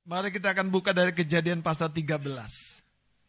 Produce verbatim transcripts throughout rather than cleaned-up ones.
Mari kita akan buka dari Kejadian pasal tiga belas.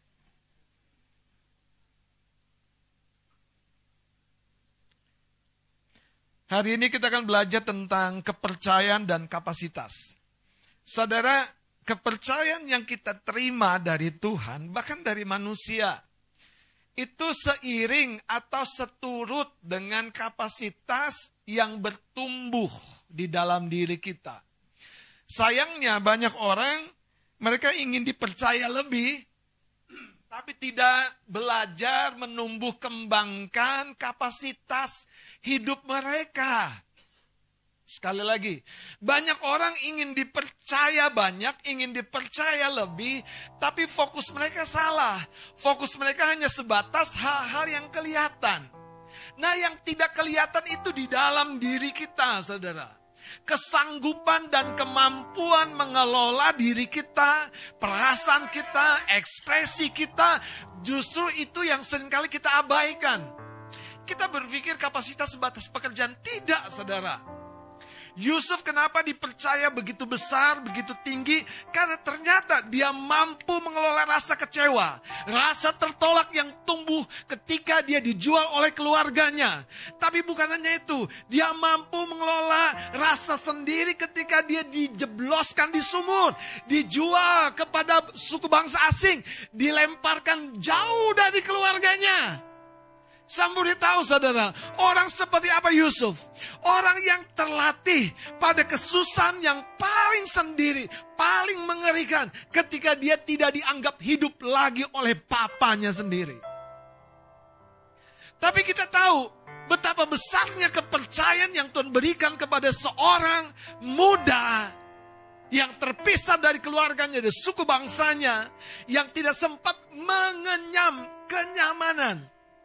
Hari ini kita akan belajar tentang kepercayaan dan kapasitas. Saudara, kepercayaan yang kita terima dari Tuhan, bahkan dari manusia, itu seiring atau seturut dengan kapasitas yang bertumbuh di dalam diri kita. Sayangnya banyak orang, mereka ingin dipercaya lebih, tapi tidak belajar menumbuh kembangkan kapasitas hidup mereka. Sekali lagi, banyak orang ingin dipercaya banyak, ingin dipercaya lebih, tapi fokus mereka salah. Fokus mereka hanya sebatas hal-hal yang kelihatan. Nah, yang tidak kelihatan itu di dalam diri kita, saudara. Kesanggupan dan kemampuan mengelola diri kita, perasaan kita, ekspresi kita, justru itu yang seringkali kita abaikan. Kita berpikir kapasitas sebatas pekerjaan. Tidak, saudara. Yusuf kenapa dipercaya begitu besar, begitu tinggi? Karena ternyata dia mampu mengelola rasa kecewa, rasa tertolak yang tumbuh ketika dia dijual oleh keluarganya. Tapi bukan hanya itu, dia mampu mengelola rasa sendiri ketika dia dijebloskan di sumur, dijual kepada suku bangsa asing, dilemparkan jauh dari keluarganya. Sambil tahu, saudara, orang seperti apa Yusuf? Orang yang terlatih pada kesusahan yang paling sendiri, paling mengerikan ketika dia tidak dianggap hidup lagi oleh papanya sendiri. Tapi kita tahu betapa besarnya kepercayaan yang Tuhan berikan kepada seorang muda yang terpisah dari keluarganya, dari suku bangsanya, yang tidak sempat mengenyam kenyamanan.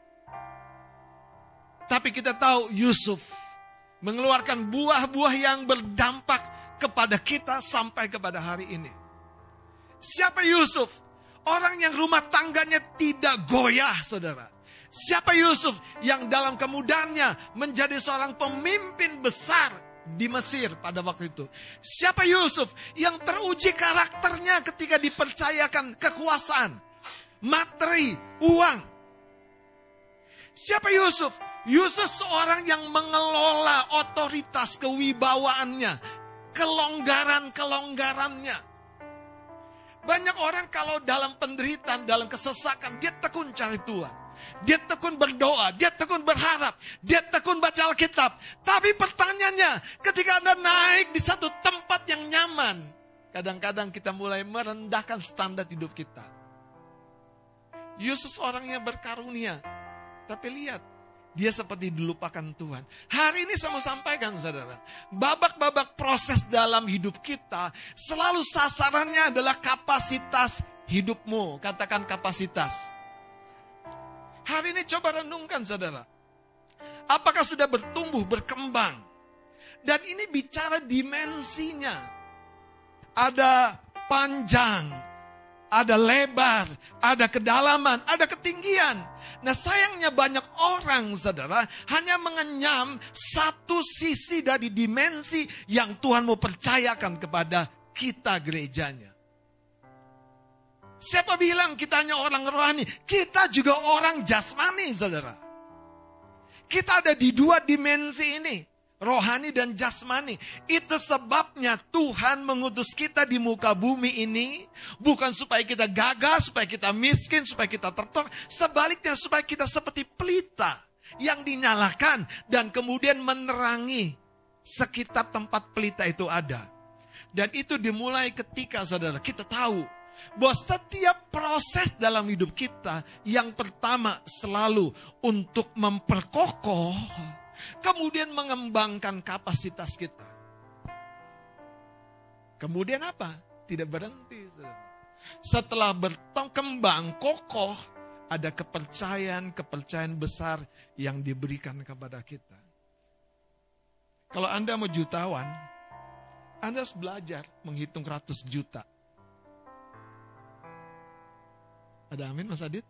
Tapi kita tahu Yusuf mengeluarkan buah-buah yang berdampak kepada kita sampai kepada hari ini. Siapa Yusuf? Orang yang rumah tangganya tidak goyah, saudara. Siapa Yusuf yang dalam kemudaannya menjadi seorang pemimpin besar di Mesir pada waktu itu? Siapa Yusuf yang teruji karakternya ketika dipercayakan kekuasaan, materi, uang? Siapa Yusuf? Yusuf seorang yang mengelola otoritas kewibawaannya, kelonggaran-kelonggarannya. Banyak orang kalau dalam penderitaan, dalam kesesakan, dia tekun cari Tuhan. Dia tekun berdoa, dia tekun berharap, dia tekun baca Alkitab. Tapi pertanyaannya, ketika Anda naik di satu tempat yang nyaman, kadang-kadang kita mulai merendahkan standar hidup kita. Yusuf orang yang berkarunia, tapi lihat, dia seperti dilupakan Tuhan. Hari ini saya mau sampaikan, saudara, babak-babak proses dalam hidup kita, selalu sasarannya adalah kapasitas hidupmu. Katakan kapasitas. Hari ini coba renungkan, saudara. Apakah sudah bertumbuh, berkembang? Dan ini bicara dimensinya. Ada panjang, ada lebar, ada kedalaman, ada ketinggian. Nah, sayangnya banyak orang, saudara, hanya mengenyam satu sisi dari dimensi yang Tuhan mau percayakan kepada kita gerejanya. Siapa bilang kita hanya orang rohani? Kita juga orang jasmani, saudara. Kita ada di dua dimensi ini. Rohani dan jasmani. Itu sebabnya Tuhan mengutus kita di muka bumi ini. Bukan supaya kita gagah, supaya kita miskin, supaya kita tertolak. Sebaliknya supaya kita seperti pelita yang dinyalakan dan kemudian menerangi sekitar tempat pelita itu ada. Dan itu dimulai ketika, saudara, kita tahu bahwa setiap proses dalam hidup kita, yang pertama selalu untuk memperkokoh, kemudian mengembangkan kapasitas kita. Kemudian apa? Tidak berhenti. Setelah berkembang kokoh, ada kepercayaan-kepercayaan besar yang diberikan kepada kita. Kalau Anda mau jutawan, Anda harus belajar menghitung ratus juta. Ada amin, Mas Adit?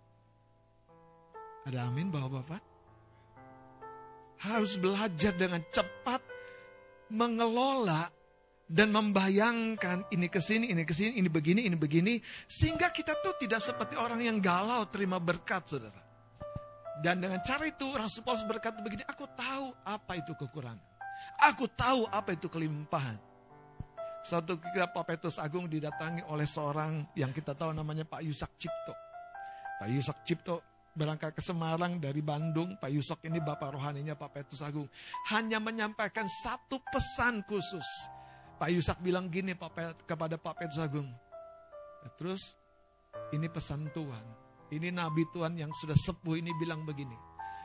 Ada amin, Bapak-bapak? Harus belajar dengan cepat mengelola dan membayangkan ini ke sini, ini ke sini, ini begini, ini begini, sehingga kita tuh tidak seperti orang yang galau terima berkat, saudara. Dan dengan cara itu Rasul Paulus berkata begini, aku tahu apa itu kekurangan. Aku tahu apa itu kelimpahan. Suatu ketika Pak Petrus Agung didatangi oleh seorang yang kita tahu namanya Pak Yusak Cipto. Pak Yusak Cipto berangkat ke Semarang dari Bandung. Pak Yusak ini bapak rohaninya Pak Petrus Agung. Hanya menyampaikan satu pesan khusus. Pak Yusak bilang gini kepada Pak Petrus Agung. Terus ini pesan Tuhan. Ini Nabi Tuhan yang sudah sepuh ini bilang begini.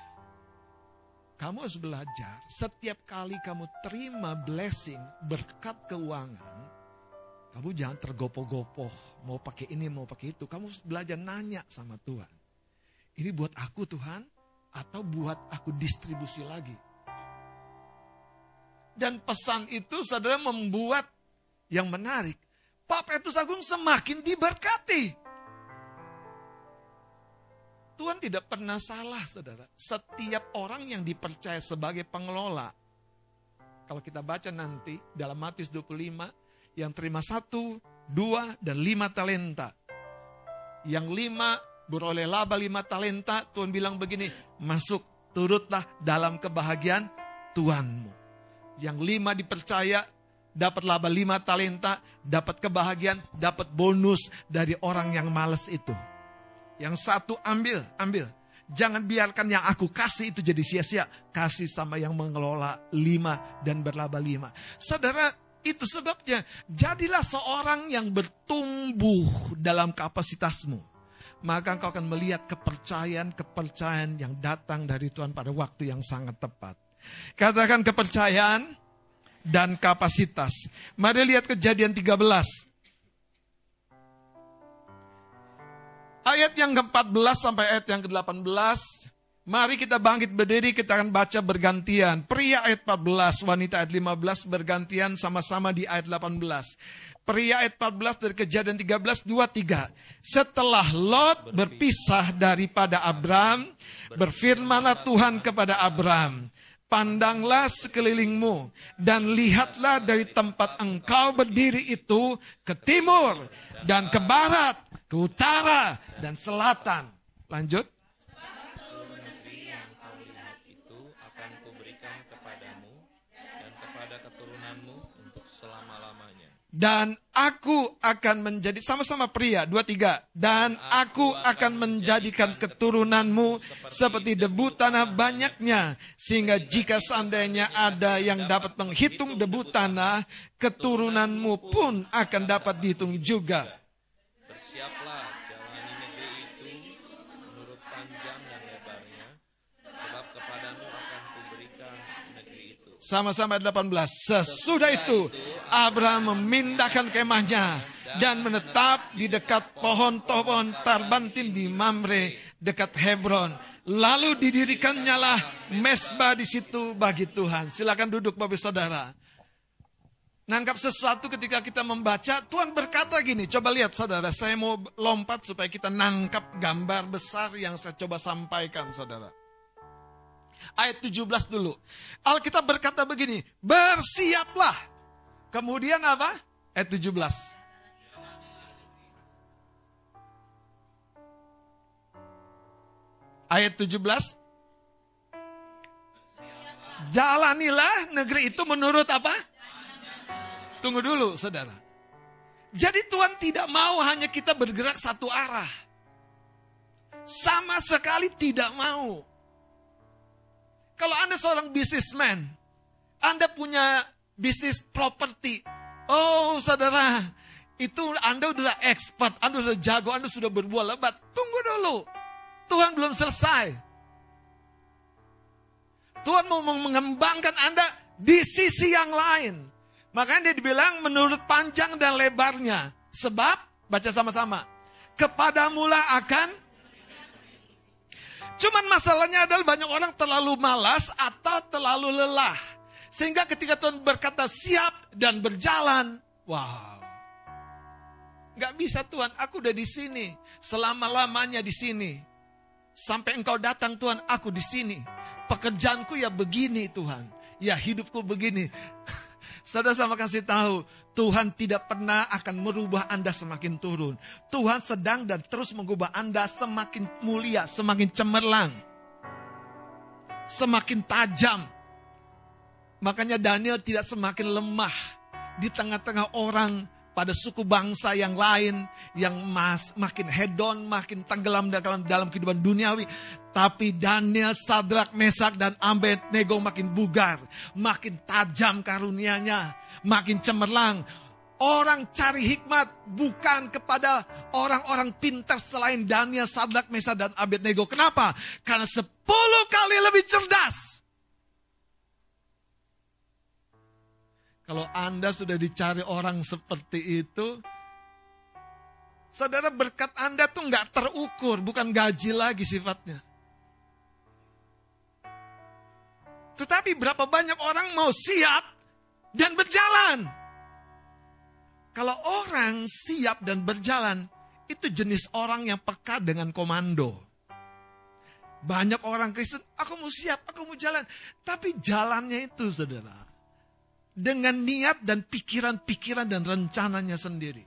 Kamu harus belajar, setiap kali kamu terima blessing, berkat keuangan, kamu jangan tergopoh-gopoh, mau pakai ini, mau pakai itu. Kamu harus belajar nanya sama Tuhan. Ini buat aku Tuhan, atau buat aku distribusi lagi. Dan pesan itu saudara membuat yang menarik. Pak Petrus Agung semakin diberkati. Tuhan tidak pernah salah, saudara. Setiap orang yang dipercaya sebagai pengelola. Kalau kita baca nanti dalam Matius dua puluh lima, yang terima satu, dua, dan lima talenta. Yang lima beroleh laba lima talenta, Tuhan bilang begini, masuk, turutlah dalam kebahagiaan Tuhanmu. Yang lima dipercaya, dapat laba lima talenta, dapat kebahagiaan, dapat bonus dari orang yang malas itu. Yang satu ambil, ambil. Jangan biarkan yang aku kasih itu jadi sia-sia. Kasih sama yang mengelola lima dan berlaba lima. Saudara, itu sebabnya. Jadilah seorang yang bertumbuh dalam kapasitasmu. Maka engkau akan melihat kepercayaan-kepercayaan yang datang dari Tuhan pada waktu yang sangat tepat. Katakan kepercayaan dan kapasitas. Mari lihat Kejadian tiga belas. Ayat yang ke empat belas sampai ayat yang ke delapan belas. Mari kita bangkit berdiri, kita akan baca bergantian. Pria ayat empat belas, wanita ayat lima belas, bergantian sama-sama di ayat delapan belas. Pria ayat empat belas dari Kejadian tiga belas, dua, tiga. Setelah Lot berpisah daripada Abram, berfirmanlah Tuhan kepada Abram, pandanglah sekelilingmu dan lihatlah dari tempat engkau berdiri itu ke timur dan ke barat, ke utara dan selatan. Lanjut. Seluruh negeri yang kau lihat itu akan kuberikan kepadamu dan kepada keturunanmu untuk selama-lamanya. Dan aku akan menjadi, sama-sama pria, dua, tiga. Dan aku akan menjadikan keturunanmu seperti debu tanah banyaknya. Sehingga jika seandainya ada yang dapat menghitung debu tanah, keturunanmu pun akan dapat dihitung juga. Bersiaplah jalani negeri itu menurut panjang dan lebarnya, sebab kepadamu akan kuberikan negeri itu. Sama-sama delapan belas. Sesudah itu Abraham memindahkan kemahnya dan menetap di dekat pohon-pohon tarbantin di Mamre dekat Hebron. Lalu didirikannya lah mesbah di situ bagi Tuhan. Silakan duduk Bapak Saudara. Nangkap sesuatu ketika kita membaca, Tuhan berkata gini, coba lihat saudara, saya mau lompat supaya kita nangkap gambar besar yang saya coba sampaikan saudara. Ayat tujuh belas dulu. Alkitab berkata begini, bersiaplah. Kemudian apa? Ayat tujuh belas. Ayat tujuh belas. Jalanilah negeri itu menurut apa? Tunggu dulu saudara. Jadi Tuhan tidak mau hanya kita bergerak satu arah. Sama sekali tidak mau. Kalau Anda seorang businessman, Anda punya bisnis properti. Oh saudara, itu Anda sudah expert, Anda sudah jago, Anda sudah berbuah lebat. Tunggu dulu, Tuhan belum selesai. Tuhan mau mengembangkan Anda di sisi yang lain. Makanya dia dibilang menurut panjang dan lebarnya. Sebab, baca sama-sama, kepadamulah akan. Cuman masalahnya adalah banyak orang terlalu malas atau terlalu lelah. Sehingga ketika Tuhan berkata siap dan berjalan, wow. Gak bisa Tuhan, aku udah di sini. Selama-lamanya di sini. Sampai engkau datang Tuhan, aku di sini. Pekerjaanku ya begini Tuhan. Ya hidupku begini. Saudara sama kasih tahu, Tuhan tidak pernah akan merubah Anda semakin turun. Tuhan sedang dan terus mengubah Anda semakin mulia, semakin cemerlang, semakin tajam. Makanya Daniel tidak semakin lemah di tengah-tengah orang pada suku bangsa yang lain yang mas, makin hedon, makin tenggelam dalam, dalam kehidupan duniawi. Tapi Daniel, Sadrak, Mesak, dan Abednego makin bugar, makin tajam karunianya, makin cemerlang. Orang cari hikmat bukan kepada orang-orang pintar selain Daniel, Sadrak, Mesak, dan Abednego. Kenapa? Karena sepuluh kali lebih cerdas. Kalau Anda sudah dicari orang seperti itu, saudara, berkat Anda tuh nggak terukur, bukan gaji lagi sifatnya. Tetapi berapa banyak orang mau siap dan berjalan. Kalau orang siap dan berjalan, itu jenis orang yang peka dengan komando. Banyak orang Kristen, aku mau siap, aku mau jalan. Tapi jalannya itu, saudara, dengan niat dan pikiran-pikiran dan rencananya sendiri.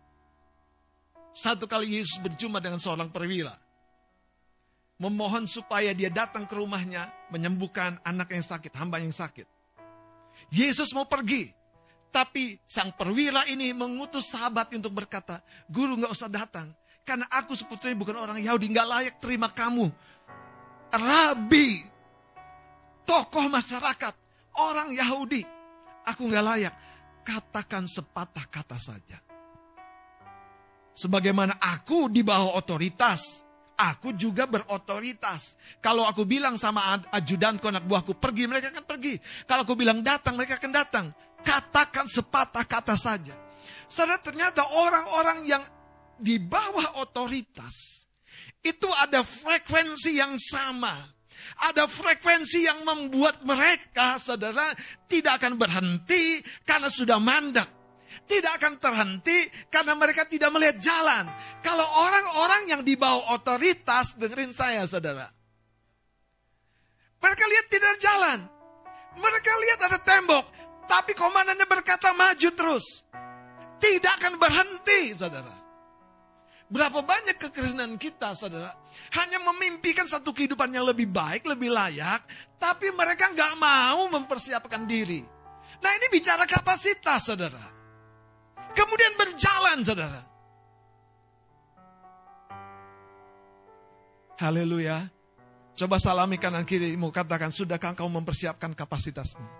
Satu kali Yesus berjumpa dengan seorang perwira. Memohon supaya dia datang ke rumahnya, menyembuhkan anak yang sakit, hamba yang sakit. Yesus mau pergi. Tapi sang perwira ini mengutus sahabat untuk berkata, Guru gak usah datang. Karena aku sebetulnya bukan orang Yahudi, gak layak terima kamu. Rabi, tokoh masyarakat, orang Yahudi. Aku gak layak. Katakan sepatah kata saja. Sebagaimana aku di bawah otoritas, aku juga berotoritas. Kalau aku bilang sama ajudanku, anak buahku, pergi, mereka akan pergi. Kalau aku bilang datang, mereka akan datang. Katakan sepatah kata saja. Saudara, ternyata orang-orang yang di bawah otoritas, itu ada frekuensi yang sama. Ada frekuensi yang membuat mereka, saudara, tidak akan berhenti karena sudah mandek. Tidak akan terhenti karena mereka tidak melihat jalan. Kalau orang-orang yang di bawah otoritas, dengerin saya, saudara. Mereka lihat tidak ada jalan. Mereka lihat ada tembok. Tapi komandannya berkata maju terus. Tidak akan berhenti, saudara. Berapa banyak kekristenan kita, saudara, hanya memimpikan satu kehidupan yang lebih baik, lebih layak, tapi mereka nggak mau mempersiapkan diri. Nah, ini bicara kapasitas, saudara. Kemudian berjalan, saudara. Haleluya. Coba salami kanan kirimu, katakan, sudahkah engkau mempersiapkan kapasitasmu?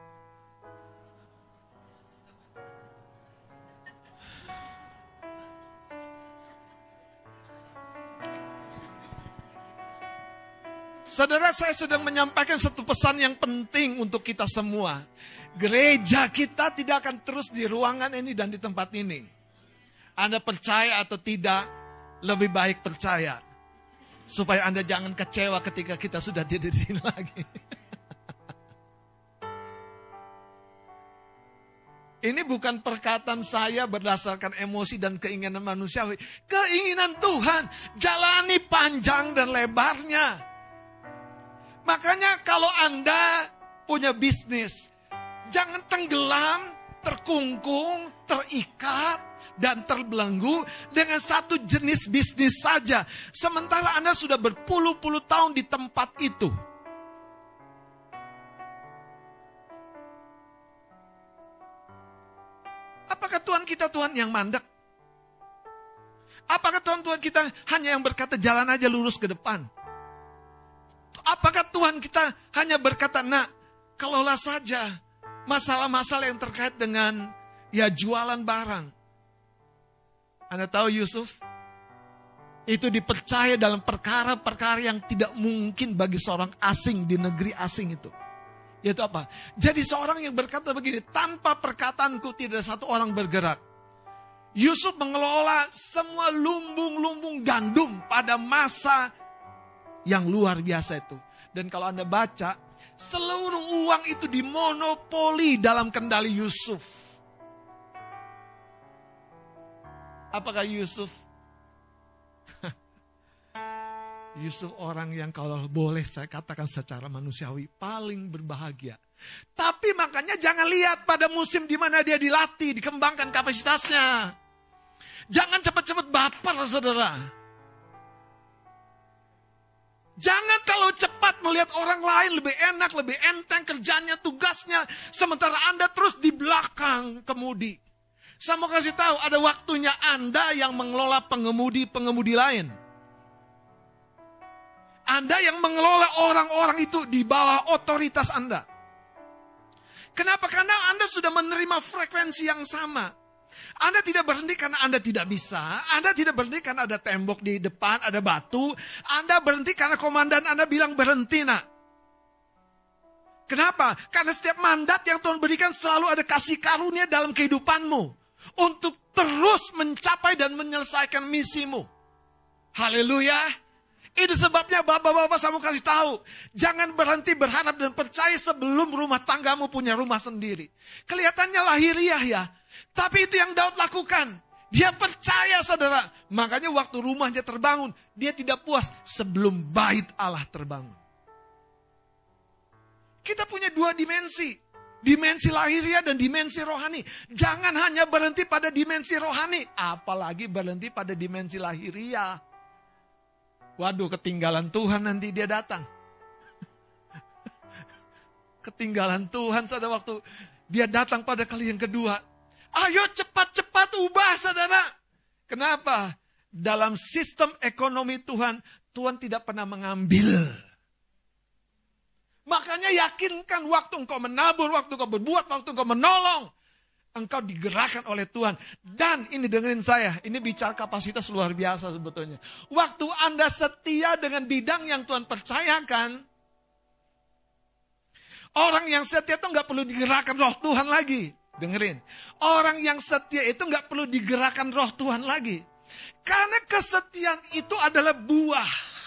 Saudara, saya sedang menyampaikan satu pesan yang penting untuk kita semua. Gereja kita tidak akan terus di ruangan ini dan di tempat ini. Anda percaya atau tidak, lebih baik percaya. Supaya Anda jangan kecewa ketika kita sudah tidak di sini lagi. Ini bukan perkataan saya berdasarkan emosi dan keinginan manusiawi. Keinginan Tuhan, jalani panjang dan lebarnya. Makanya kalau Anda punya bisnis, jangan tenggelam, terkungkung, terikat, dan terbelenggu dengan satu jenis bisnis saja. Sementara Anda sudah berpuluh-puluh tahun di tempat itu. Apakah Tuhan kita Tuhan yang mandek? Apakah Tuhan-Tuhan kita hanya yang berkata jalan aja lurus ke depan? Apakah Tuhan kita hanya berkata, nak, kelola saja masalah-masalah yang terkait dengan ya jualan barang. Anda tahu Yusuf? Itu dipercaya dalam perkara-perkara yang tidak mungkin bagi seorang asing di negeri asing itu. Yaitu apa? Jadi seorang yang berkata begini, tanpa perkataanku tidak ada satu orang bergerak. Yusuf mengelola semua lumbung-lumbung gandum pada masa yang luar biasa itu. Dan kalau Anda baca, seluruh uang itu dimonopoli dalam kendali Yusuf. Apakah Yusuf? Yusuf orang yang kalau boleh saya katakan secara manusiawi paling berbahagia. Tapi makanya jangan lihat pada musim di mana dia dilatih, dikembangkan kapasitasnya. Jangan cepat-cepat baper, saudara. Jangan kalau cepat melihat orang lain lebih enak, lebih enteng kerjanya, tugasnya. Sementara Anda terus di belakang kemudi. Saya mau kasih tahu, ada waktunya Anda yang mengelola pengemudi-pengemudi lain. Anda yang mengelola orang-orang itu di bawah otoritas Anda. Kenapa? Karena Anda sudah menerima frekuensi yang sama. Anda tidak berhenti karena Anda tidak bisa. Anda tidak berhenti karena ada tembok di depan, ada batu. Anda berhenti karena komandan Anda bilang berhenti, nak. Kenapa? Karena setiap mandat yang Tuhan berikan selalu ada kasih karunia dalam kehidupanmu. Untuk terus mencapai dan menyelesaikan misimu. Haleluya. Itu sebabnya bapak-bapak saya mau kasih tahu. Jangan berhenti berharap dan percaya sebelum rumah tanggamu punya rumah sendiri. Kelihatannya lahiriah ya. Tapi itu yang Daud lakukan. Dia percaya, saudara. Makanya waktu rumahnya terbangun, dia tidak puas sebelum bait Allah terbangun. Kita punya dua dimensi. Dimensi lahiriah dan dimensi rohani. Jangan hanya berhenti pada dimensi rohani. Apalagi berhenti pada dimensi lahiriah. Waduh, ketinggalan Tuhan nanti dia datang. Ketinggalan Tuhan, saudara, waktu dia datang pada kali yang kedua. Ayo cepat-cepat ubah, saudara. Kenapa? Dalam sistem ekonomi Tuhan, Tuhan tidak pernah mengambil. Makanya yakinkan waktu engkau menabur, waktu engkau berbuat, waktu engkau menolong. Engkau digerakkan oleh Tuhan. Dan ini dengerin saya, ini bicara kapasitas luar biasa sebetulnya. Waktu Anda setia dengan bidang yang Tuhan percayakan, orang yang setia itu nggak perlu digerakkan roh Tuhan lagi. Dengerin, orang yang setia itu nggak perlu digerakkan roh Tuhan lagi. Karena kesetiaan itu adalah buah.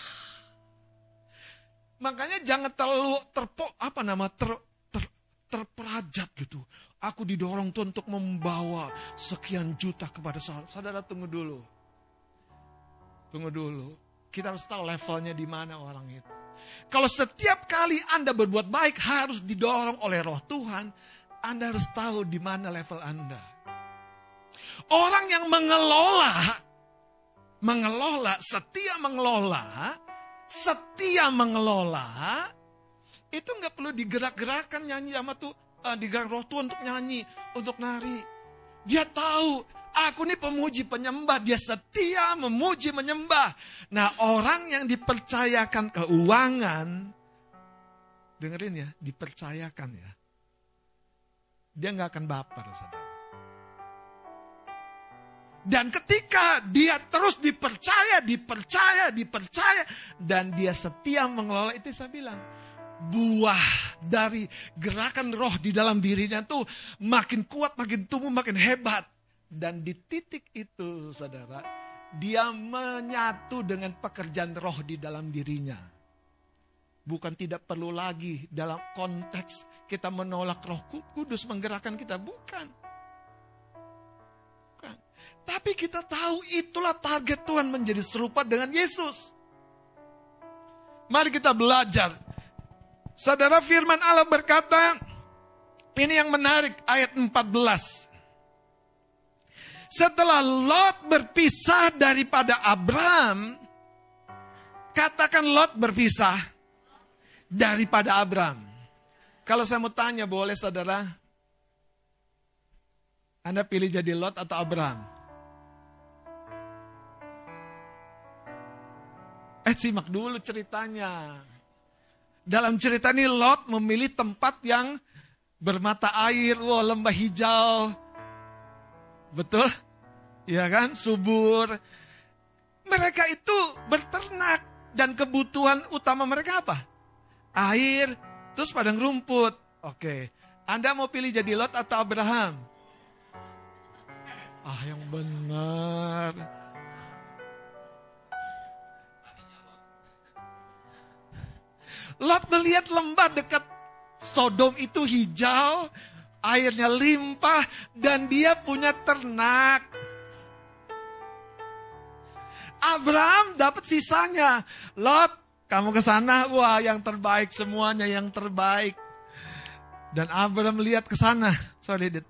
Makanya jangan terlalu terpo, apa nama, ter, ter, terperajat gitu. Aku didorong Tuhan untuk membawa sekian juta kepada saudara. Saudara tunggu dulu. Tunggu dulu. Kita harus tahu levelnya di mana orang itu. Kalau setiap kali Anda berbuat baik harus didorong oleh roh Tuhan, Anda harus tahu di mana level Anda. Orang yang mengelola, mengelola, setia mengelola, setia mengelola, itu nggak perlu digerak-gerakkan nyanyi sama tuh. Digerak roh Tuhan untuk nyanyi, untuk nari. Dia tahu, aku ini pemuji penyembah. Dia setia memuji menyembah. Nah, orang yang dipercayakan keuangan, dengerin ya, dipercayakan ya. Dia nggak akan baper, saudara. Dan ketika dia terus dipercaya, dipercaya, dipercaya, dan dia setia mengelola, itu saya bilang, buah dari gerakan roh di dalam dirinya tuh makin kuat, makin tumbuh, makin hebat. Dan di titik itu, saudara, dia menyatu dengan pekerjaan roh di dalam dirinya. Bukan tidak perlu lagi dalam konteks kita menolak Roh Kudus menggerakkan kita, bukan. Bukan. Tapi kita tahu itulah target Tuhan menjadi serupa dengan Yesus. Mari kita belajar. Saudara, firman Allah berkata, ini yang menarik, ayat empat belas. Setelah Lot berpisah daripada Abram, katakan Lot berpisah daripada Abram. Kalau saya mau tanya, boleh saudara? Anda pilih jadi Lot atau Abram? Eh, simak dulu ceritanya. Dalam cerita ini Lot memilih tempat yang bermata air, wow, lembah hijau. Betul? Ya kan? Subur. Mereka itu berternak dan kebutuhan utama mereka apa? Air, terus padang rumput. Oke. Anda mau pilih jadi Lot atau Abraham? Ah, yang benar. Lot melihat lembah dekat Sodom itu hijau, airnya limpah, dan dia punya ternak. Abraham dapat sisanya. Lot, kamu ke sana, wah yang terbaik semuanya, yang terbaik. Dan Abraham melihat ke sana. Sorry, Dit.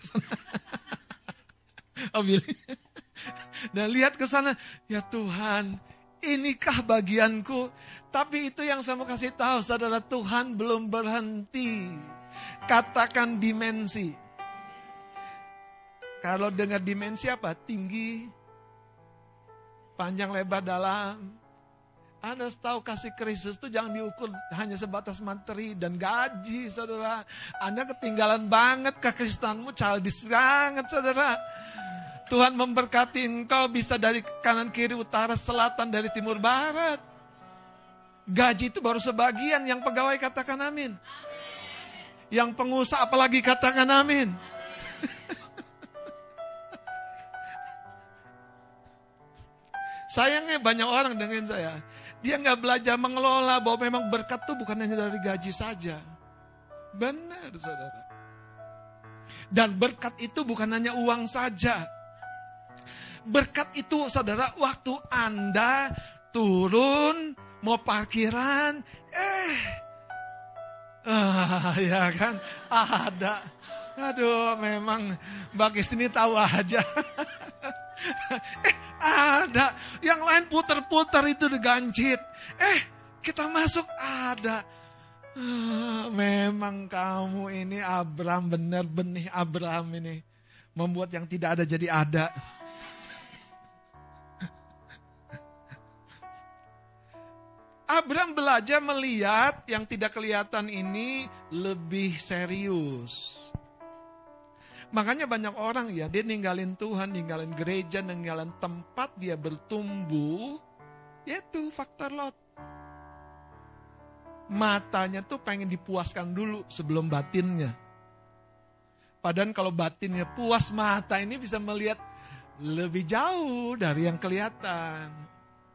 Oh, Billy. Dan lihat ke sana, ya Tuhan, inikah bagianku? Tapi itu yang saya mau kasih tahu, saudara, Tuhan belum berhenti. Katakan dimensi. Kalau dengar dimensi apa? Tinggi, panjang, lebar, dalam. Anda harus tahu kasih Kristus itu jangan diukur hanya sebatas materi dan gaji, saudara. Anda ketinggalan banget kekristenanmu, childish banget, saudara. Tuhan memberkati engkau bisa dari kanan, kiri, utara, selatan, dari timur, barat. Gaji itu baru sebagian, yang pegawai katakan amin. Yang pengusaha apalagi katakan amin. Sayangnya banyak orang dengan saya. Dia nggak belajar mengelola bahwa memang berkat itu bukan hanya dari gaji saja. Benar, saudara. Dan berkat itu bukan hanya uang saja. Berkat itu, saudara, waktu Anda turun, mau parkiran, eh, ah, ya kan, ada. Aduh, memang Mbak Kistini tahu aja. eh, ada. Yang lain putar-putar itu digancit. Eh, kita masuk, ada. Ah, memang kamu ini Abraham, benar benih Abraham ini. Membuat yang tidak ada jadi ada. Abraham belajar melihat yang tidak kelihatan ini lebih serius. Makanya banyak orang ya, dia ninggalin Tuhan, ninggalin gereja, ninggalin tempat dia bertumbuh, yaitu faktor Lot. Matanya tuh pengen dipuaskan dulu sebelum batinnya. Padahal kalau batinnya puas, mata ini bisa melihat lebih jauh dari yang kelihatan.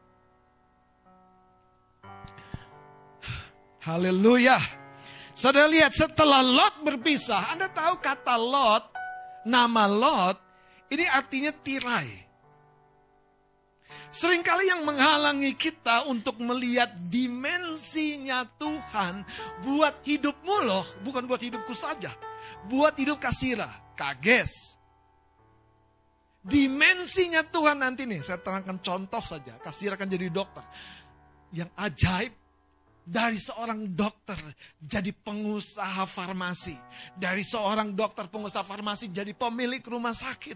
Haleluya. Saudara lihat, setelah Lot berpisah, Anda tahu kata Lot, nama Lot, ini artinya tirai. Seringkali yang menghalangi kita untuk melihat dimensinya Tuhan buat hidupmu loh, bukan buat hidupku saja. Buat hidup Kasira, Kages. Dimensinya Tuhan nanti nih, saya terangkan contoh saja. Kasira akan jadi dokter. Yang ajaib, dari seorang dokter jadi pengusaha farmasi. Dari seorang dokter pengusaha farmasi jadi pemilik rumah sakit.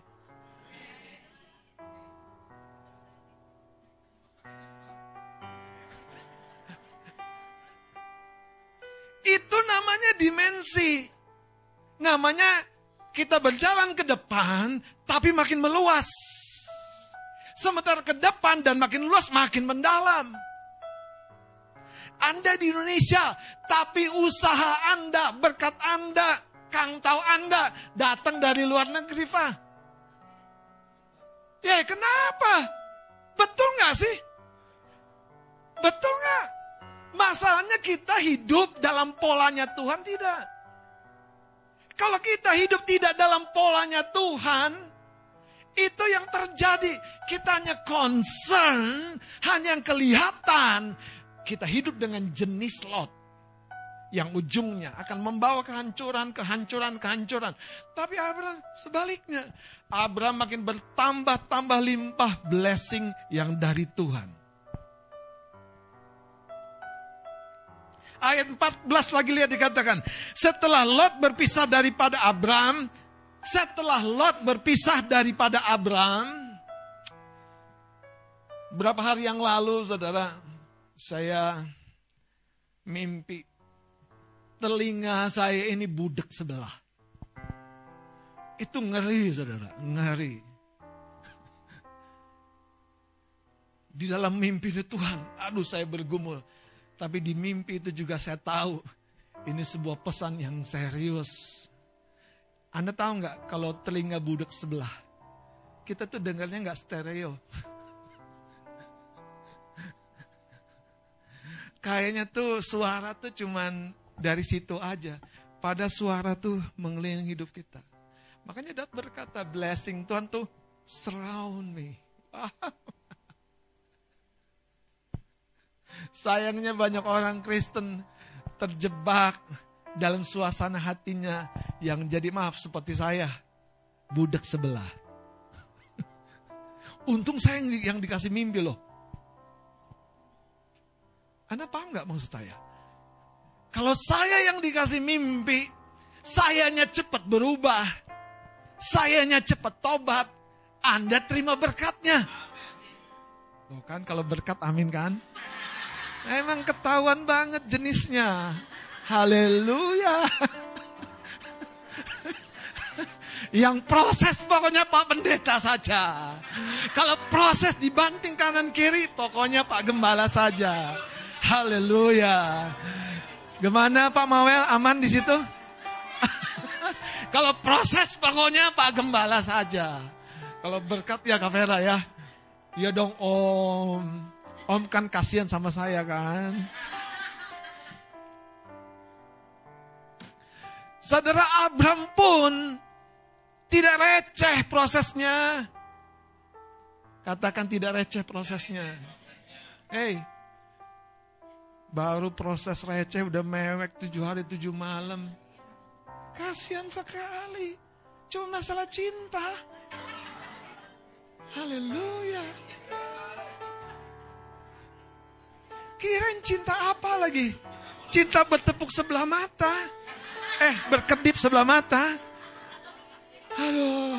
Itu namanya dimensi. Namanya kita berjalan ke depan tapi makin meluas. Sementara ke depan dan makin luas makin mendalam. Anda di Indonesia, tapi usaha Anda, berkat Anda, kantau Anda datang dari luar negeri, Pak. Ya, kenapa? Betul nggak sih? Betul nggak? Masalahnya kita hidup dalam polanya Tuhan, tidak. Kalau kita hidup tidak dalam polanya Tuhan, itu yang terjadi. Kita hanya concern, hanya yang kelihatan. Kita hidup dengan jenis Lot yang ujungnya akan membawa kehancuran, kehancuran, kehancuran. Tapi Abraham sebaliknya. Abraham makin bertambah-tambah limpah blessing yang dari Tuhan. Ayat empat belas lagi lihat dikatakan. Setelah Lot berpisah daripada Abraham. Setelah Lot berpisah daripada Abraham. Berapa hari yang lalu, saudara, saya mimpi telinga saya ini budek sebelah. Itu ngeri, saudara, ngeri. Di dalam mimpi itu Tuhan, aduh saya bergumul. Tapi di mimpi itu juga saya tahu ini sebuah pesan yang serius. Anda tahu nggak kalau telinga budek sebelah, kita tuh dengarnya nggak stereo. Kayaknya tuh suara tuh cuman dari situ aja. Pada suara tuh mengelilingi hidup kita. Makanya Daud berkata, blessing Tuhan tuh surround me. Wow. Sayangnya banyak orang Kristen terjebak dalam suasana hatinya yang jadi maaf seperti saya, budak sebelah. Untung saya yang, di, yang dikasih mimpi loh. Anda paham gak maksud saya? Kalau saya yang dikasih mimpi, sayanya cepat berubah, sayanya cepat tobat, Anda terima berkatnya. Oh kan, kalau berkat amin kan? Emang ketahuan banget jenisnya. Haleluya. Yang proses pokoknya Pak Pendeta saja. Kalau proses dibanting kanan kiri, pokoknya Pak Gembala saja. Haleluya. Gimana Pak Mawel, aman di situ? Kalau proses pokoknya Pak Gembala saja. Kalau berkat ya Kak Vera ya. Ya dong Om. Om kan kasihan sama saya kan. Saudara, Abraham pun tidak receh prosesnya. Katakan tidak receh prosesnya. Hei, baru proses receh udah mewek tujuh hari tujuh malam. Kasihan sekali. Cuma masalah cinta. Haleluya. Kirain cinta apa lagi? Cinta bertepuk sebelah mata. Eh, berkedip sebelah mata. Aduh.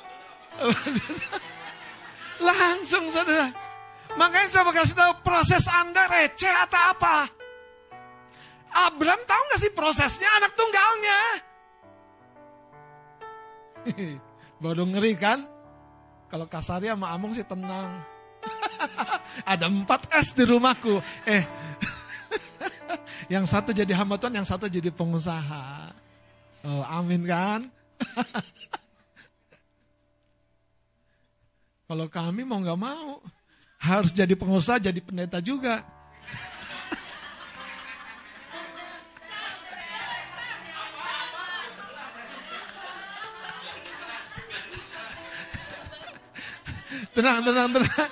Langsung saudara. Makanya saya mau kasih tahu proses Anda receh atau apa? Abraham tahu gak sih prosesnya anak tunggalnya? Baru ngeri kan? Kalau Kasaria sama Amung sih tenang. Ada empat S di rumahku. Eh, yang satu jadi hamba Tuhan, yang satu jadi pengusaha. Oh, amin kan? Kalau kami mau gak mau, harus jadi pengusaha, jadi pendeta juga. Tenang, tenang, tenang.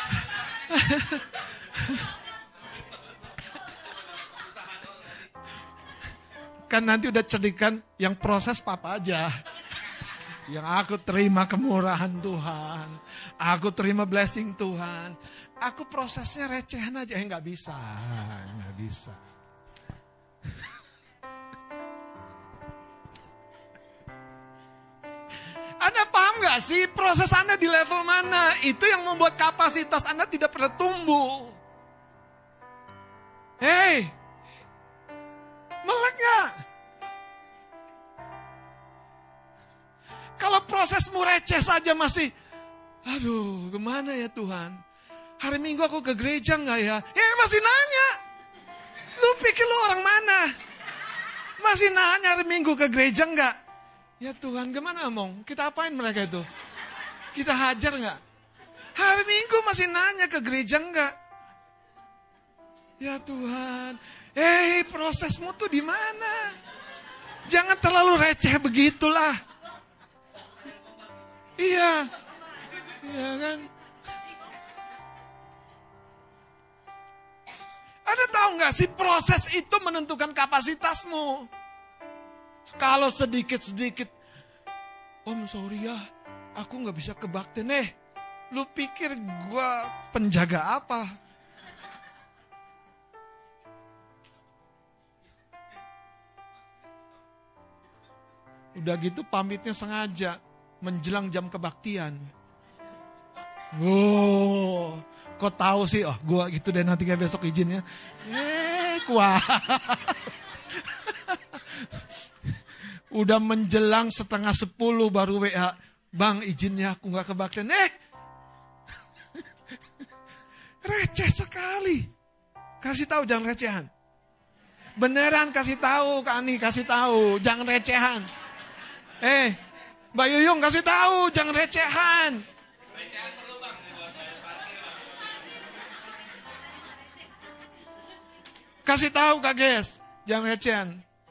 Kan nanti udah cedikan yang proses papa aja. Yang aku terima kemurahan Tuhan. Aku terima blessing Tuhan. Aku prosesnya recehan aja. Eh, gak bisa. Gak bisa. Anda paham gak sih proses Anda di level mana? Itu yang membuat kapasitas Anda tidak pernah tumbuh. Hei, melek gak? Kalau prosesmu receh saja masih, aduh gimana ya Tuhan? Hari Minggu aku ke gereja gak ya? Ya masih nanya. Lu pikir lu orang mana? Masih nanya hari Minggu ke gereja gak? Ya Tuhan, gimana Among? Kita apain mereka itu? Kita hajar gak? Hari Minggu masih nanya ke gereja enggak? Ya Tuhan, eh hey, prosesmu tuh di mana? Jangan terlalu receh begitulah. Iya, iya kan? Anda tahu nggak sih proses itu menentukan kapasitasmu? Kalau sedikit-sedikit, Om sorry ya, aku nggak bisa kebaktian. Eh, lu pikir gue penjaga apa? Udah gitu pamitnya sengaja menjelang jam kebaktian. Wow, kok tahu sih? Oh, gue gitu deh nanti besok izinnya. Eh, kuat. Udah menjelang setengah sepuluh baru W A. Bang izinnya aku gak kebaktian. Eh. Receh sekali. Kasih tahu jangan recehan. Beneran kasih tahu Kak Ani, kasih tahu. Jangan recehan. Eh. Mbak Yuyung kasih tahu jangan recehan. Recehan perlu bang. Kasih tahu Kak Ges. Jangan recehan.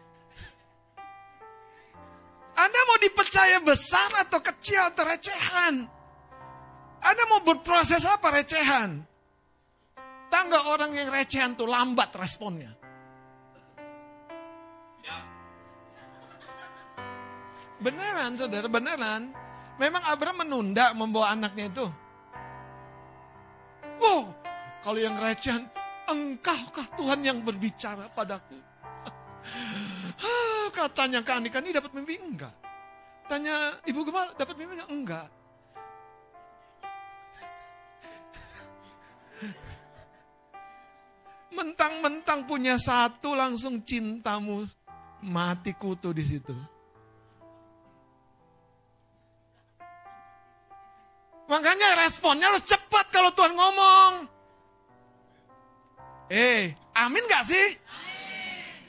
Anda mau dipercaya besar atau kecil atau recehan? Anda mau berproses apa recehan? Tahu nggak orang yang recehan tuh lambat responnya? Beneran saudara, beneran. Memang Abraham menunda membawa anaknya itu. Wow, kalau yang recehan, engkaukah Tuhan yang berbicara padaku? Katanya ke Andika, ini dapat mimpi enggak? Tanya Ibu Gembala, dapat mimpi enggak? Enggak. Mentang-mentang punya satu, langsung cintamu mati kutu di situ. Makanya responnya harus cepat kalau Tuhan ngomong. Eh, amin gak sih? Amin.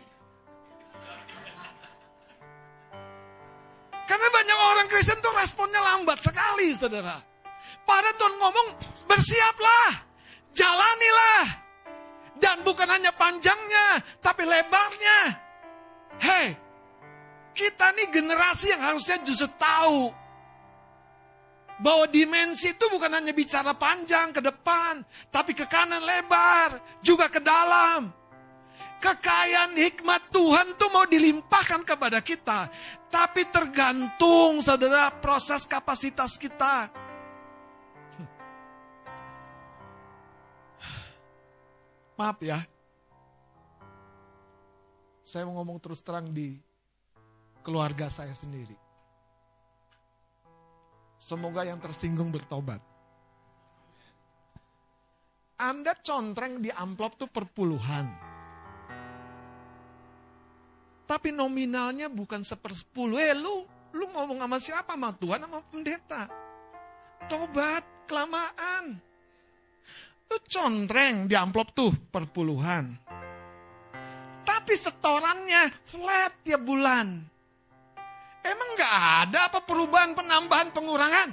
Karena banyak orang Kristen tuh responnya lambat sekali, saudara. Pada Tuhan ngomong, bersiaplah, jalanilah. Dan bukan hanya panjangnya, tapi lebarnya. Hei, kita nih generasi yang harusnya justru tahu bahwa dimensi itu bukan hanya bicara panjang ke depan, tapi ke kanan lebar, juga ke dalam. Kekayaan hikmat Tuhan tuh mau dilimpahkan kepada kita, tapi tergantung saudara proses kapasitas kita. Maaf ya, saya mau ngomong terus terang di keluarga saya sendiri. Semoga yang tersinggung bertobat. Anda contreng di amplop tuh perpuluhan. Tapi nominalnya bukan sepersepuluh. Eh lu, lu ngomong sama siapa? Sama Tuhan sama pendeta. Tobat, kelamaan. Lu contreng di amplop tuh perpuluhan. Tapi setorannya flat tiap bulan. Emang gak ada apa perubahan, penambahan, pengurangan?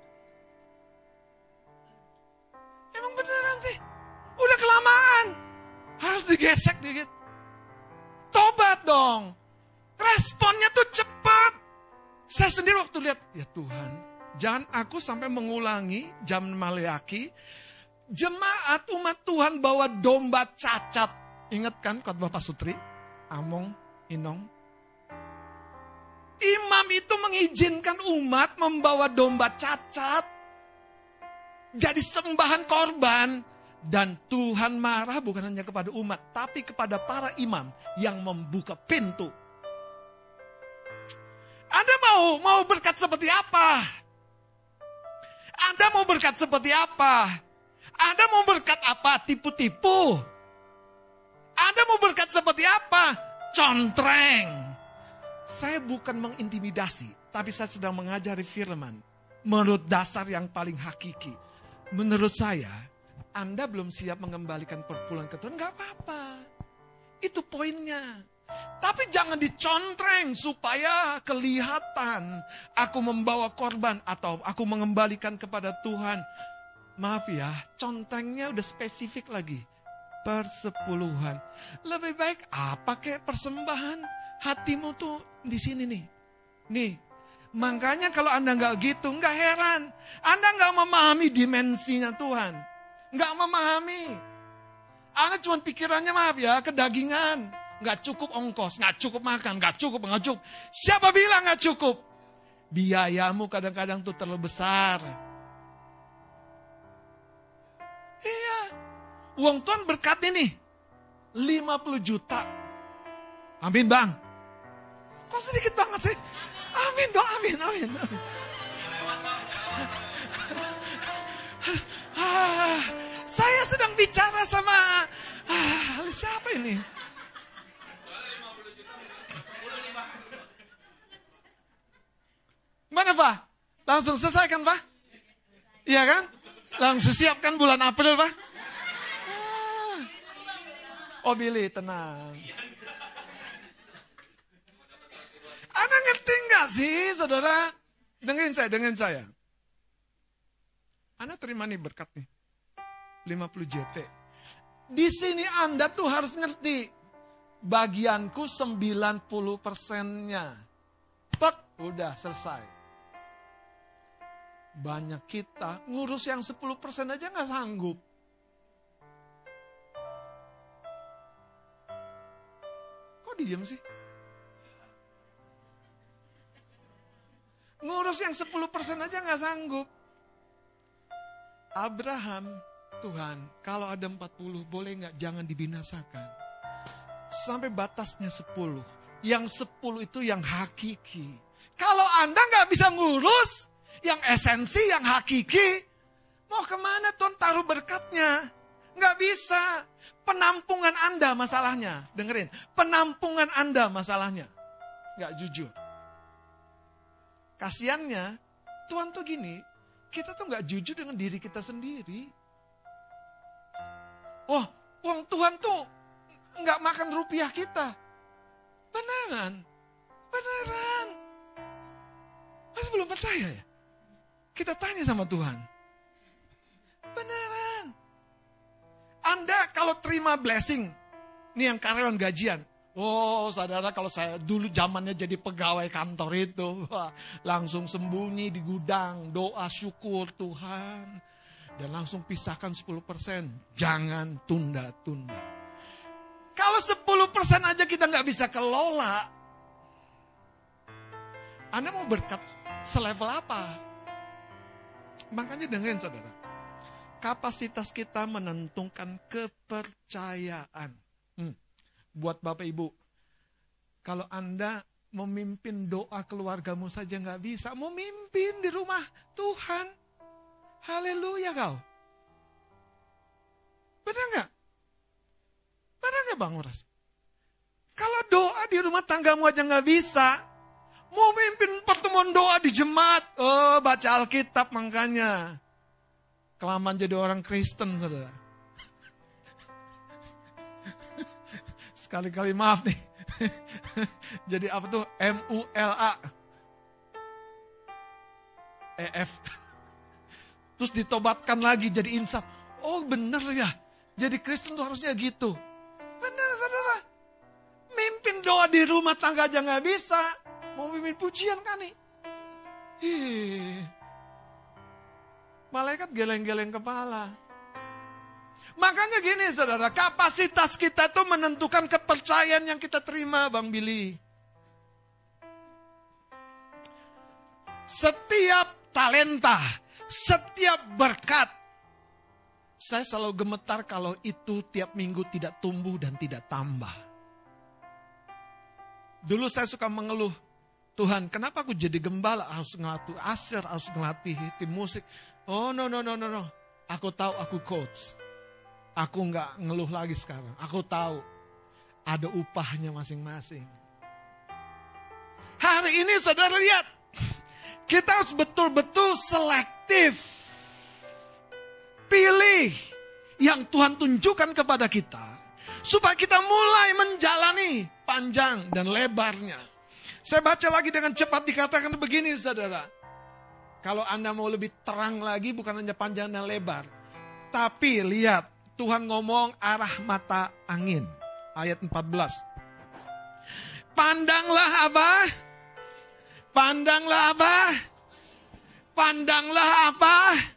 Emang beneran sih? Udah kelamaan. Harus digesek dikit. Tobat dong. Responnya tuh cepat. Saya sendiri waktu lihat, ya Tuhan, jangan aku sampai mengulangi zaman Maleaki. Jemaat umat Tuhan bawa domba cacat. Ingat kan khotbah Pak Sutri? Among, Inong. Imam itu mengizinkan umat membawa domba cacat. Jadi sembahan korban. Dan Tuhan marah bukan hanya kepada umat, tapi kepada para imam yang membuka pintu. Anda mau mau berkat seperti apa? Anda mau berkat seperti apa? Anda mau berkat apa? Tipu-tipu? Anda mau berkat seperti apa? Contreng. Saya bukan mengintimidasi, tapi saya sedang mengajari firman. Menurut dasar yang paling hakiki. Menurut saya, Anda belum siap mengembalikan perpuluhan ke Tuhan, gak apa-apa. Itu poinnya. Tapi jangan dicontreng supaya kelihatan aku membawa korban atau aku mengembalikan kepada Tuhan. Maaf ya, contrengnya udah spesifik lagi. Persepuluhan. Lebih baik apa kayak persembahan? Hatimu tuh di sini nih. Nih, makanya kalau Anda nggak gitu, nggak heran. Anda nggak memahami dimensinya Tuhan. Nggak memahami. Anda cuma pikirannya maaf ya, kedagingan. Nggak cukup ongkos, nggak cukup makan, nggak cukup, nggak cukup. Siapa bilang nggak cukup? Biayamu kadang-kadang tuh terlalu besar. Iya. Uang Tuhan berkatnya nih. lima puluh juta. Amin bang. Kok sedikit banget sih? Amin dong, amin, amin. amin. Ah, saya sedang bicara sama ah, siapa ini? Mana Pak? Langsung selesai kan Pak? Iya kan? Langsung siapkan bulan April Pak? Ah. Oh Billy, tenang. Anda ngerti nggak sih, saudara? Dengerin saya, dengerin saya. Anda terima nih berkat nih, lima puluh J T. Di sini Anda tuh harus ngerti, bagianku sembilan puluh persennya. Tek, udah selesai. Banyak kita ngurus yang sepuluh persen aja nggak sanggup. Kok diem sih? Ngurus yang sepuluh persen aja gak sanggup. Abraham, Tuhan, kalau ada empat puluh boleh gak jangan dibinasakan. Sampai batasnya sepuluh. Yang sepuluh itu yang hakiki. Kalau Anda gak bisa ngurus yang esensi, yang hakiki, mau kemana Tuhan taruh berkatnya? Gak bisa. Penampungan Anda masalahnya. Dengerin, penampungan Anda masalahnya. Gak jujur. Kasiannya, Tuhan tuh gini, kita tuh gak jujur dengan diri kita sendiri. Wah, uang Tuhan tuh gak makan rupiah kita. Beneran, beneran. Masih belum percaya ya? Kita tanya sama Tuhan. Beneran. Anda kalau terima blessing, nih yang karyawan gajian. Oh saudara, kalau saya dulu zamannya jadi pegawai kantor itu, wah, langsung sembunyi di gudang, doa syukur Tuhan. Dan langsung pisahkan sepuluh persen. Jangan tunda-tunda. Kalau sepuluh persen aja kita nggak bisa kelola, Anda mau berkat selevel apa? Makanya dengerin saudara. Kapasitas kita menentukan kepercayaan. Hmm. Buat Bapak Ibu, kalau Anda memimpin doa keluargamu saja nggak bisa, mau mimpin di rumah Tuhan. Haleluya kau. Benar nggak? Benar nggak Bang Horas? Kalau doa di rumah tanggamu aja nggak bisa, mau mimpin pertemuan doa di jemaat, oh baca Alkitab makanya. Kelamaan jadi orang Kristen, saudara. Sekali-kali maaf nih. Jadi apa tuh? M U L A E F. Terus ditobatkan lagi jadi insaf. Oh bener ya. Jadi Kristen tuh harusnya gitu. Bener saudara. Mimpin doa di rumah tangga aja gak bisa. Mau mimpin pujian kan nih. Ih. Malaikat geleng-geleng kepala. Makanya gini saudara, kapasitas kita tuh menentukan kepercayaan yang kita terima Bang Billy. Setiap talenta, setiap berkat. Saya selalu gemetar kalau itu tiap minggu tidak tumbuh dan tidak tambah. Dulu saya suka mengeluh, Tuhan kenapa aku jadi gembala, harus ngelatih asyir, harus ngelatih tim musik. Oh no no no no no. Aku tahu aku coach. Aku nggak ngeluh lagi sekarang. Aku tahu ada upahnya masing-masing. Hari ini saudara lihat, kita harus betul-betul selektif. Pilih yang Tuhan tunjukkan kepada kita, supaya kita mulai menjalani panjang dan lebarnya. Saya baca lagi dengan cepat dikatakan begini saudara. Kalau Anda mau lebih terang lagi, bukan hanya panjang dan lebar. Tapi lihat, Tuhan ngomong arah mata angin. Ayat empat belas. Pandanglah apa? Pandanglah apa? Pandanglah apa?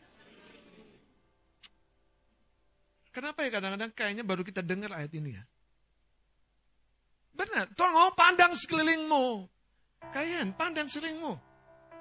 Kenapa ya kadang-kadang kayaknya baru kita dengar ayat ini ya? Benar, Tuhan ngomong pandang sekelilingmu. Kayaknya pandang sekelilingmu.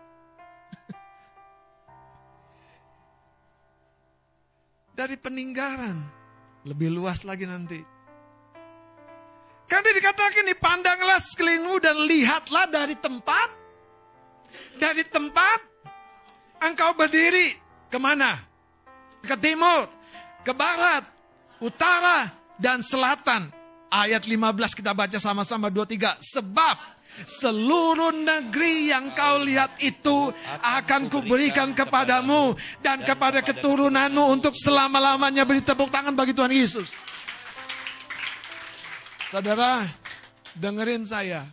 Dari peninggalan, lebih luas lagi nanti. Karena dikatakan nih, pandanglah sekelilingmu dan lihatlah dari tempat. Dari tempat engkau berdiri, kemana? Ke timur, ke barat, utara, dan selatan. Ayat lima belas kita baca sama-sama, dua, tiga. Sebab seluruh negeri yang kau lihat itu akan kuberikan kepadamu dan kepada keturunanmu untuk selama-lamanya. Beri tepuk tangan bagi Tuhan Yesus. Saudara, dengerin saya.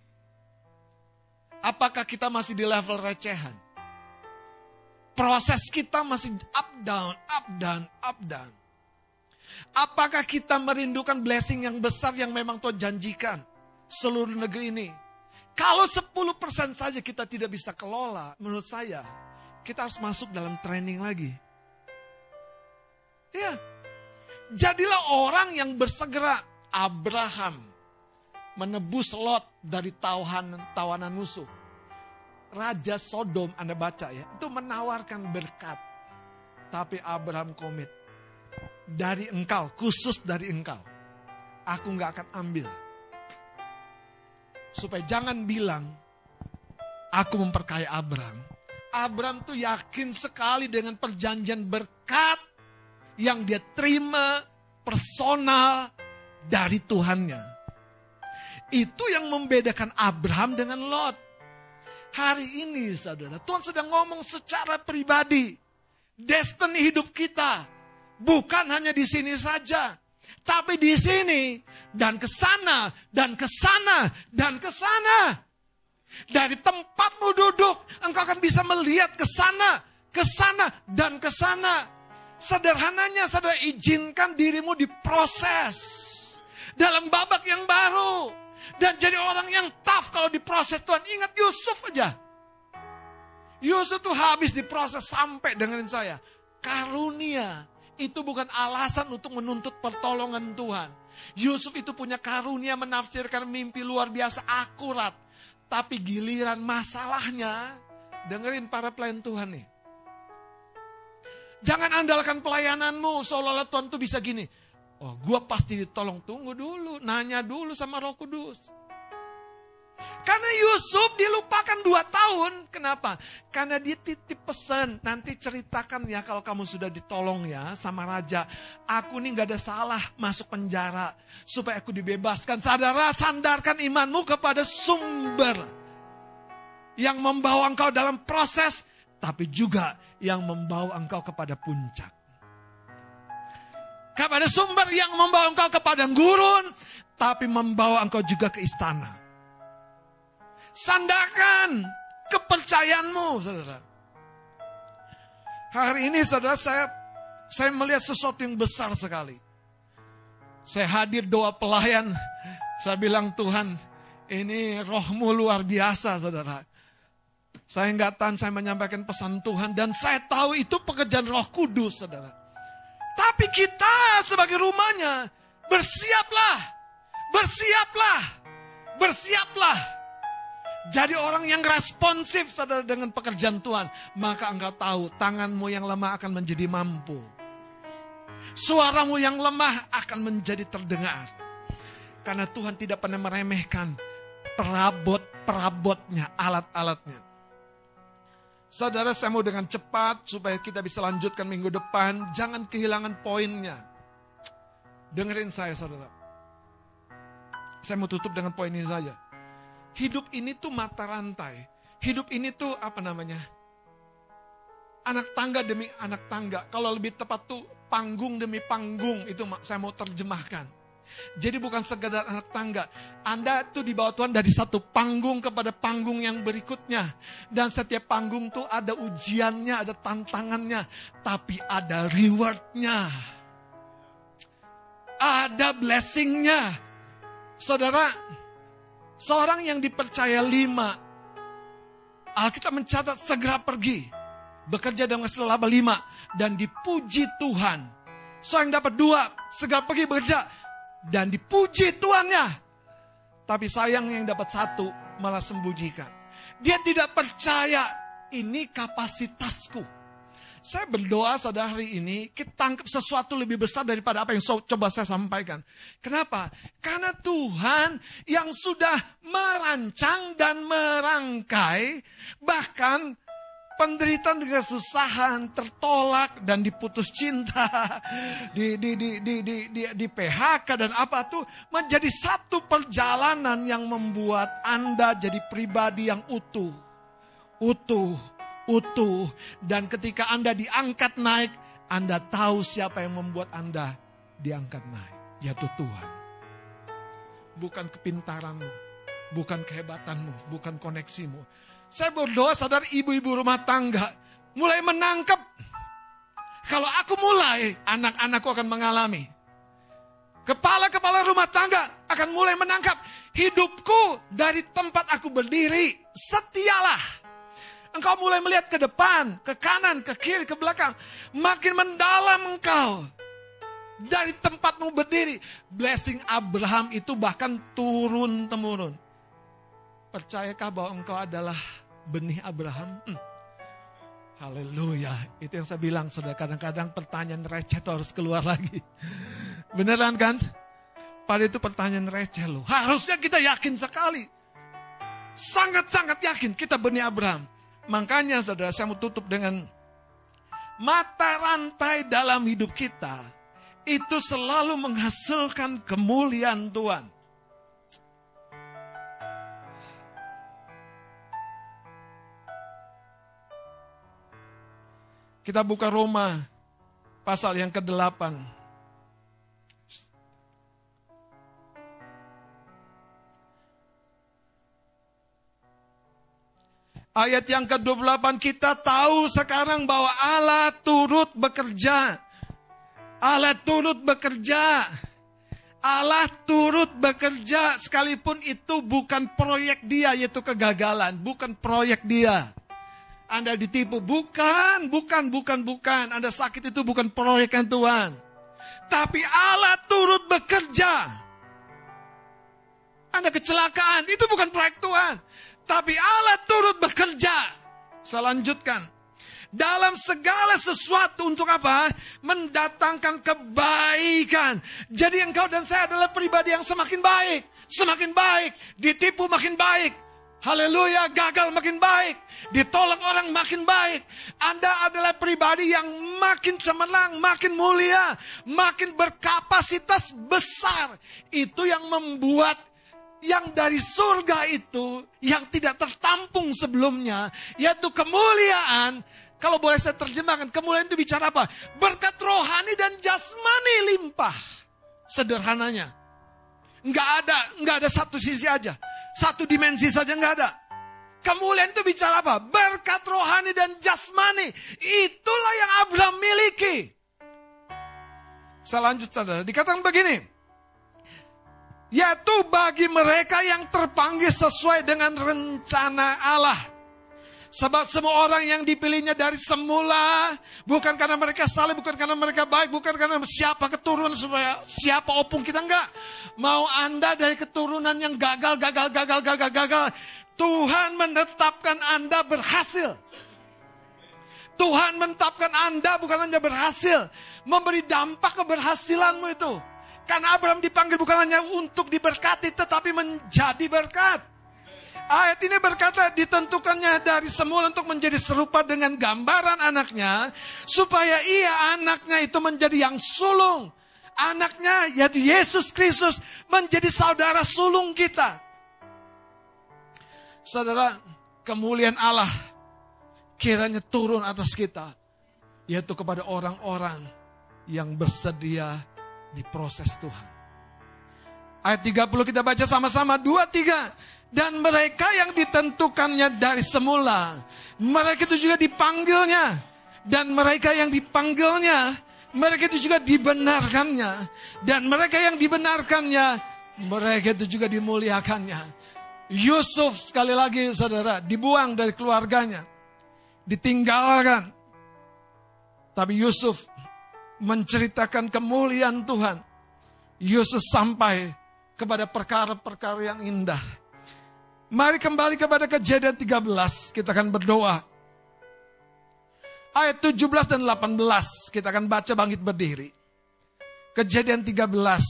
Apakah kita masih di level recehan? Proses kita masih up down, up down, up down. Apakah kita merindukan blessing yang besar yang memang Tuhan janjikan seluruh negeri ini? Kalau sepuluh persen saja kita tidak bisa kelola, menurut saya, kita harus masuk dalam training lagi. Ya, jadilah orang yang bersegera. Abraham menebus Lot dari tawanan, tawanan musuh. Raja Sodom, Anda baca ya, itu menawarkan berkat. Tapi Abraham komit, dari engkau, khusus dari engkau, aku gak akan ambil. Supaya jangan bilang, aku memperkaya Abraham. Abraham tuh yakin sekali dengan perjanjian berkat yang dia terima personal dari Tuhannya. Itu yang membedakan Abraham dengan Lot. Hari ini saudara, Tuhan sedang ngomong secara pribadi. Destiny hidup kita bukan hanya di sini saja, tapi di sini dan ke sana dan ke sana dan ke sana. Dari tempatmu duduk, engkau akan bisa melihat ke sana, ke sana dan ke sana. Sederhananya saudara, izinkan dirimu diproses dalam babak yang baru. Dan jadi orang yang tough kalau diproses Tuhan. Ingat Yusuf aja. Yusuf tuh habis diproses sampai, dengerin saya, karunia itu bukan alasan untuk menuntut pertolongan Tuhan. Yusuf itu punya karunia menafsirkan mimpi luar biasa akurat. Tapi giliran masalahnya, dengerin para pelayan Tuhan nih. Jangan andalkan pelayananmu seolah-olah Tuhan tuh bisa gini. Oh, gue pasti ditolong. Tunggu dulu, nanya dulu sama Roh Kudus. Karena Yusuf dilupakan dua tahun. Kenapa? Karena dia titip pesan. Nanti ceritakan ya kalau kamu sudah ditolong ya sama raja. Aku nih gak ada salah masuk penjara. Supaya aku dibebaskan. Saudara, sandarkan imanmu kepada sumber. Yang membawa engkau dalam proses. Tapi juga yang membawa engkau kepada puncak. Kepada sumber yang membawa engkau ke padang gurun, tapi membawa engkau juga ke istana. Sandarkan kepercayaanmu, saudara. Hari ini, saudara, saya saya melihat sesuatu yang besar sekali. Saya hadir doa pelayan, saya bilang, Tuhan, ini rohmu luar biasa, saudara. Saya nggak tahan, saya menyampaikan pesan Tuhan, dan saya tahu itu pekerjaan Roh Kudus, saudara. Tapi kita sebagai rumahnya, bersiaplah, bersiaplah, bersiaplah. Jadi orang yang responsif saudara dengan pekerjaan Tuhan. Maka engkau tahu tanganmu yang lemah akan menjadi mampu. Suaramu yang lemah akan menjadi terdengar. Karena Tuhan tidak pernah meremehkan perabot-perabotnya, alat-alatnya. Saudara, saya mau dengan cepat supaya kita bisa lanjutkan minggu depan. Jangan kehilangan poinnya. Dengerin saya, saudara. Saya mau tutup dengan poin ini saja. Hidup ini tuh mata rantai. Hidup ini tuh apa namanya? Anak tangga demi anak tangga. Kalau lebih tepat tuh panggung demi panggung. Itu saya mau terjemahkan. Jadi bukan sekedar anak tangga. Anda tuh dibawa Tuhan dari satu panggung kepada panggung yang berikutnya. Dan setiap panggung tuh ada ujiannya, ada tantangannya. Tapi ada rewardnya. Ada blessingnya. Saudara, seorang yang dipercaya lima. Alkitab mencatat segera pergi. Bekerja dengan selama lima. Dan dipuji Tuhan. Seorang yang dapat dua, segera pergi bekerja. Dan dipuji tuannya. Tapi sayang yang dapat satu malah sembunyikan. Dia tidak percaya ini kapasitasku. Saya berdoa saudara hari ini kita tangkap sesuatu lebih besar daripada apa yang so, coba saya sampaikan. Kenapa? Karena Tuhan yang sudah merancang dan merangkai bahkan penderitaan dengan kesusahan, tertolak dan diputus cinta, di, di, di, di, di, di, di P H K dan apa tuh menjadi satu perjalanan yang membuat Anda jadi pribadi yang utuh, utuh, utuh. Dan ketika Anda diangkat naik, Anda tahu siapa yang membuat Anda diangkat naik, yaitu Tuhan. Bukan kepintaranmu, bukan kehebatanmu, bukan koneksimu. Saya berdoa saudara ibu-ibu rumah tangga mulai menangkap. Kalau aku mulai, anak-anakku akan mengalami. Kepala-kepala rumah tangga akan mulai menangkap. Hidupku dari tempat aku berdiri, setialah. Engkau mulai melihat ke depan, ke kanan, ke kiri, ke belakang. Makin mendalam engkau. Dari tempatmu berdiri. Blessing Abraham itu bahkan turun-temurun. Percayakah bahwa engkau adalah benih Abraham. Hmm. Haleluya. Itu yang saya bilang, saudara, kadang-kadang pertanyaan receh itu harus keluar lagi. Beneran kan? Pada itu pertanyaan receh loh. Harusnya kita yakin sekali. Sangat-sangat yakin kita benih Abraham. Makanya saudara, saya mau tutup dengan mata rantai dalam hidup kita itu selalu menghasilkan kemuliaan Tuhan. Kita buka Roma pasal yang kedelapan. Ayat yang kedua puluh delapan, kita tahu sekarang bahwa Allah turut bekerja. Allah turut bekerja. Allah turut bekerja sekalipun itu bukan proyek dia, yaitu kegagalan. Bukan proyek dia. Anda ditipu, bukan, bukan, bukan, bukan. Anda sakit itu bukan proyeknya Tuhan. Tapi Allah turut bekerja. Anda kecelakaan, itu bukan proyek Tuhan. Tapi Allah turut bekerja. Saya lanjutkan. Dalam segala sesuatu untuk apa? Mendatangkan kebaikan. Jadi engkau dan saya adalah pribadi yang semakin baik. Semakin baik. Ditipu makin baik. Haleluya, gagal makin baik. Ditolak orang makin baik. Anda adalah pribadi yang makin cemerlang, makin mulia, makin berkapasitas besar. Itu yang membuat yang dari surga itu, yang tidak tertampung sebelumnya, yaitu kemuliaan. Kalau boleh saya terjemahkan, kemuliaan itu bicara apa? Berkat rohani dan jasmani limpah. Sederhananya. Enggak ada, enggak ada satu sisi aja. Satu dimensi saja enggak ada. Kemuliaan itu bicara apa? Berkat rohani dan jasmani. Itulah yang Abraham miliki. Saya lanjut saudara. Dikatakan begini. Yaitu bagi mereka yang terpanggil sesuai dengan rencana Allah. Sebab semua orang yang dipilihnya dari semula, bukan karena mereka saleh, bukan karena mereka baik, bukan karena siapa keturunan, supaya siapa opung kita, enggak. Mau Anda dari keturunan yang gagal, gagal, gagal, gagal, gagal. Tuhan menetapkan Anda berhasil. Tuhan menetapkan Anda bukan hanya berhasil, memberi dampak keberhasilanmu itu. Karena Abraham dipanggil bukan hanya untuk diberkati, tetapi menjadi berkat. Ayat ini berkata ditentukannya dari semula untuk menjadi serupa dengan gambaran anaknya, supaya ia anaknya itu menjadi yang sulung. Anaknya yaitu Yesus Kristus menjadi saudara sulung kita. Saudara, kemuliaan Allah kiranya turun atas kita, yaitu kepada orang-orang yang bersedia diproses Tuhan. Ayat tiga puluh kita baca sama-sama, dua, tiga. Dan mereka yang ditentukannya dari semula, mereka itu juga dipanggilnya. Dan mereka yang dipanggilnya, mereka itu juga dibenarkannya. Dan mereka yang dibenarkannya, mereka itu juga dimuliakannya. Yusuf sekali lagi saudara, dibuang dari keluarganya. Ditinggalkan. Tapi Yusuf menceritakan kemuliaan Tuhan. Yusuf sampai kepada perkara-perkara yang indah. Mari kembali kepada Kejadian tiga belas, kita akan berdoa. Ayat tujuh belas dan delapan belas, kita akan baca bangkit berdiri. Kejadian tiga belas.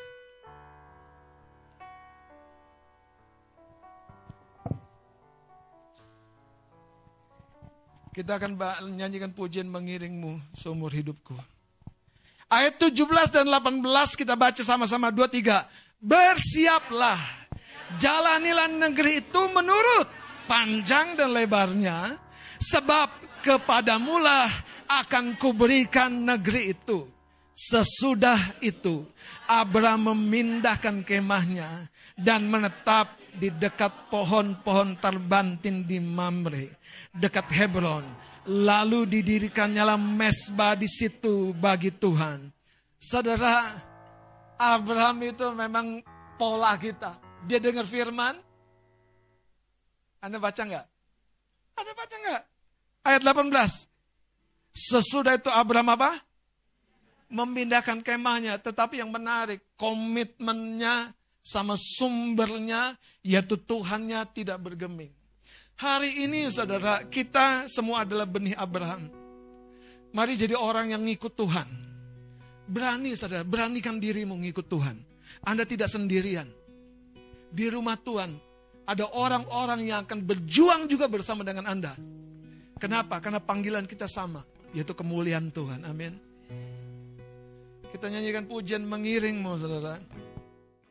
Kita akan menyanyikan pujian mengiringmu seumur hidupku. Ayat tujuh belas dan delapan belas kita baca sama-sama, dua, tiga. Bersiaplah. Jalanilah negeri itu menurut panjang dan lebarnya, sebab kepadamulah akan kuberikan negeri itu. Sesudah itu, Abraham memindahkan kemahnya dan menetap di dekat pohon-pohon terbantin di Mamre, dekat Hebron. Lalu didirikannya mesbah di situ bagi Tuhan. Saudara, Abraham itu memang pola kita. Dia dengar firman. Anda baca enggak? Anda baca enggak? Ayat delapan belas. Sesudah itu Abraham apa? Memindahkan kemahnya. Tetapi yang menarik, komitmennya sama sumbernya, yaitu Tuhannya tidak bergeming. Hari ini saudara, kita semua adalah benih Abraham. Mari jadi orang yang ngikut Tuhan. Berani saudara, beranikan dirimu ngikut Tuhan. Anda tidak sendirian. Di rumah Tuhan, ada orang-orang yang akan berjuang juga bersama dengan Anda. Kenapa? Karena panggilan kita sama, yaitu kemuliaan Tuhan. Amin. Kita nyanyikan pujian mengiringmu saudara.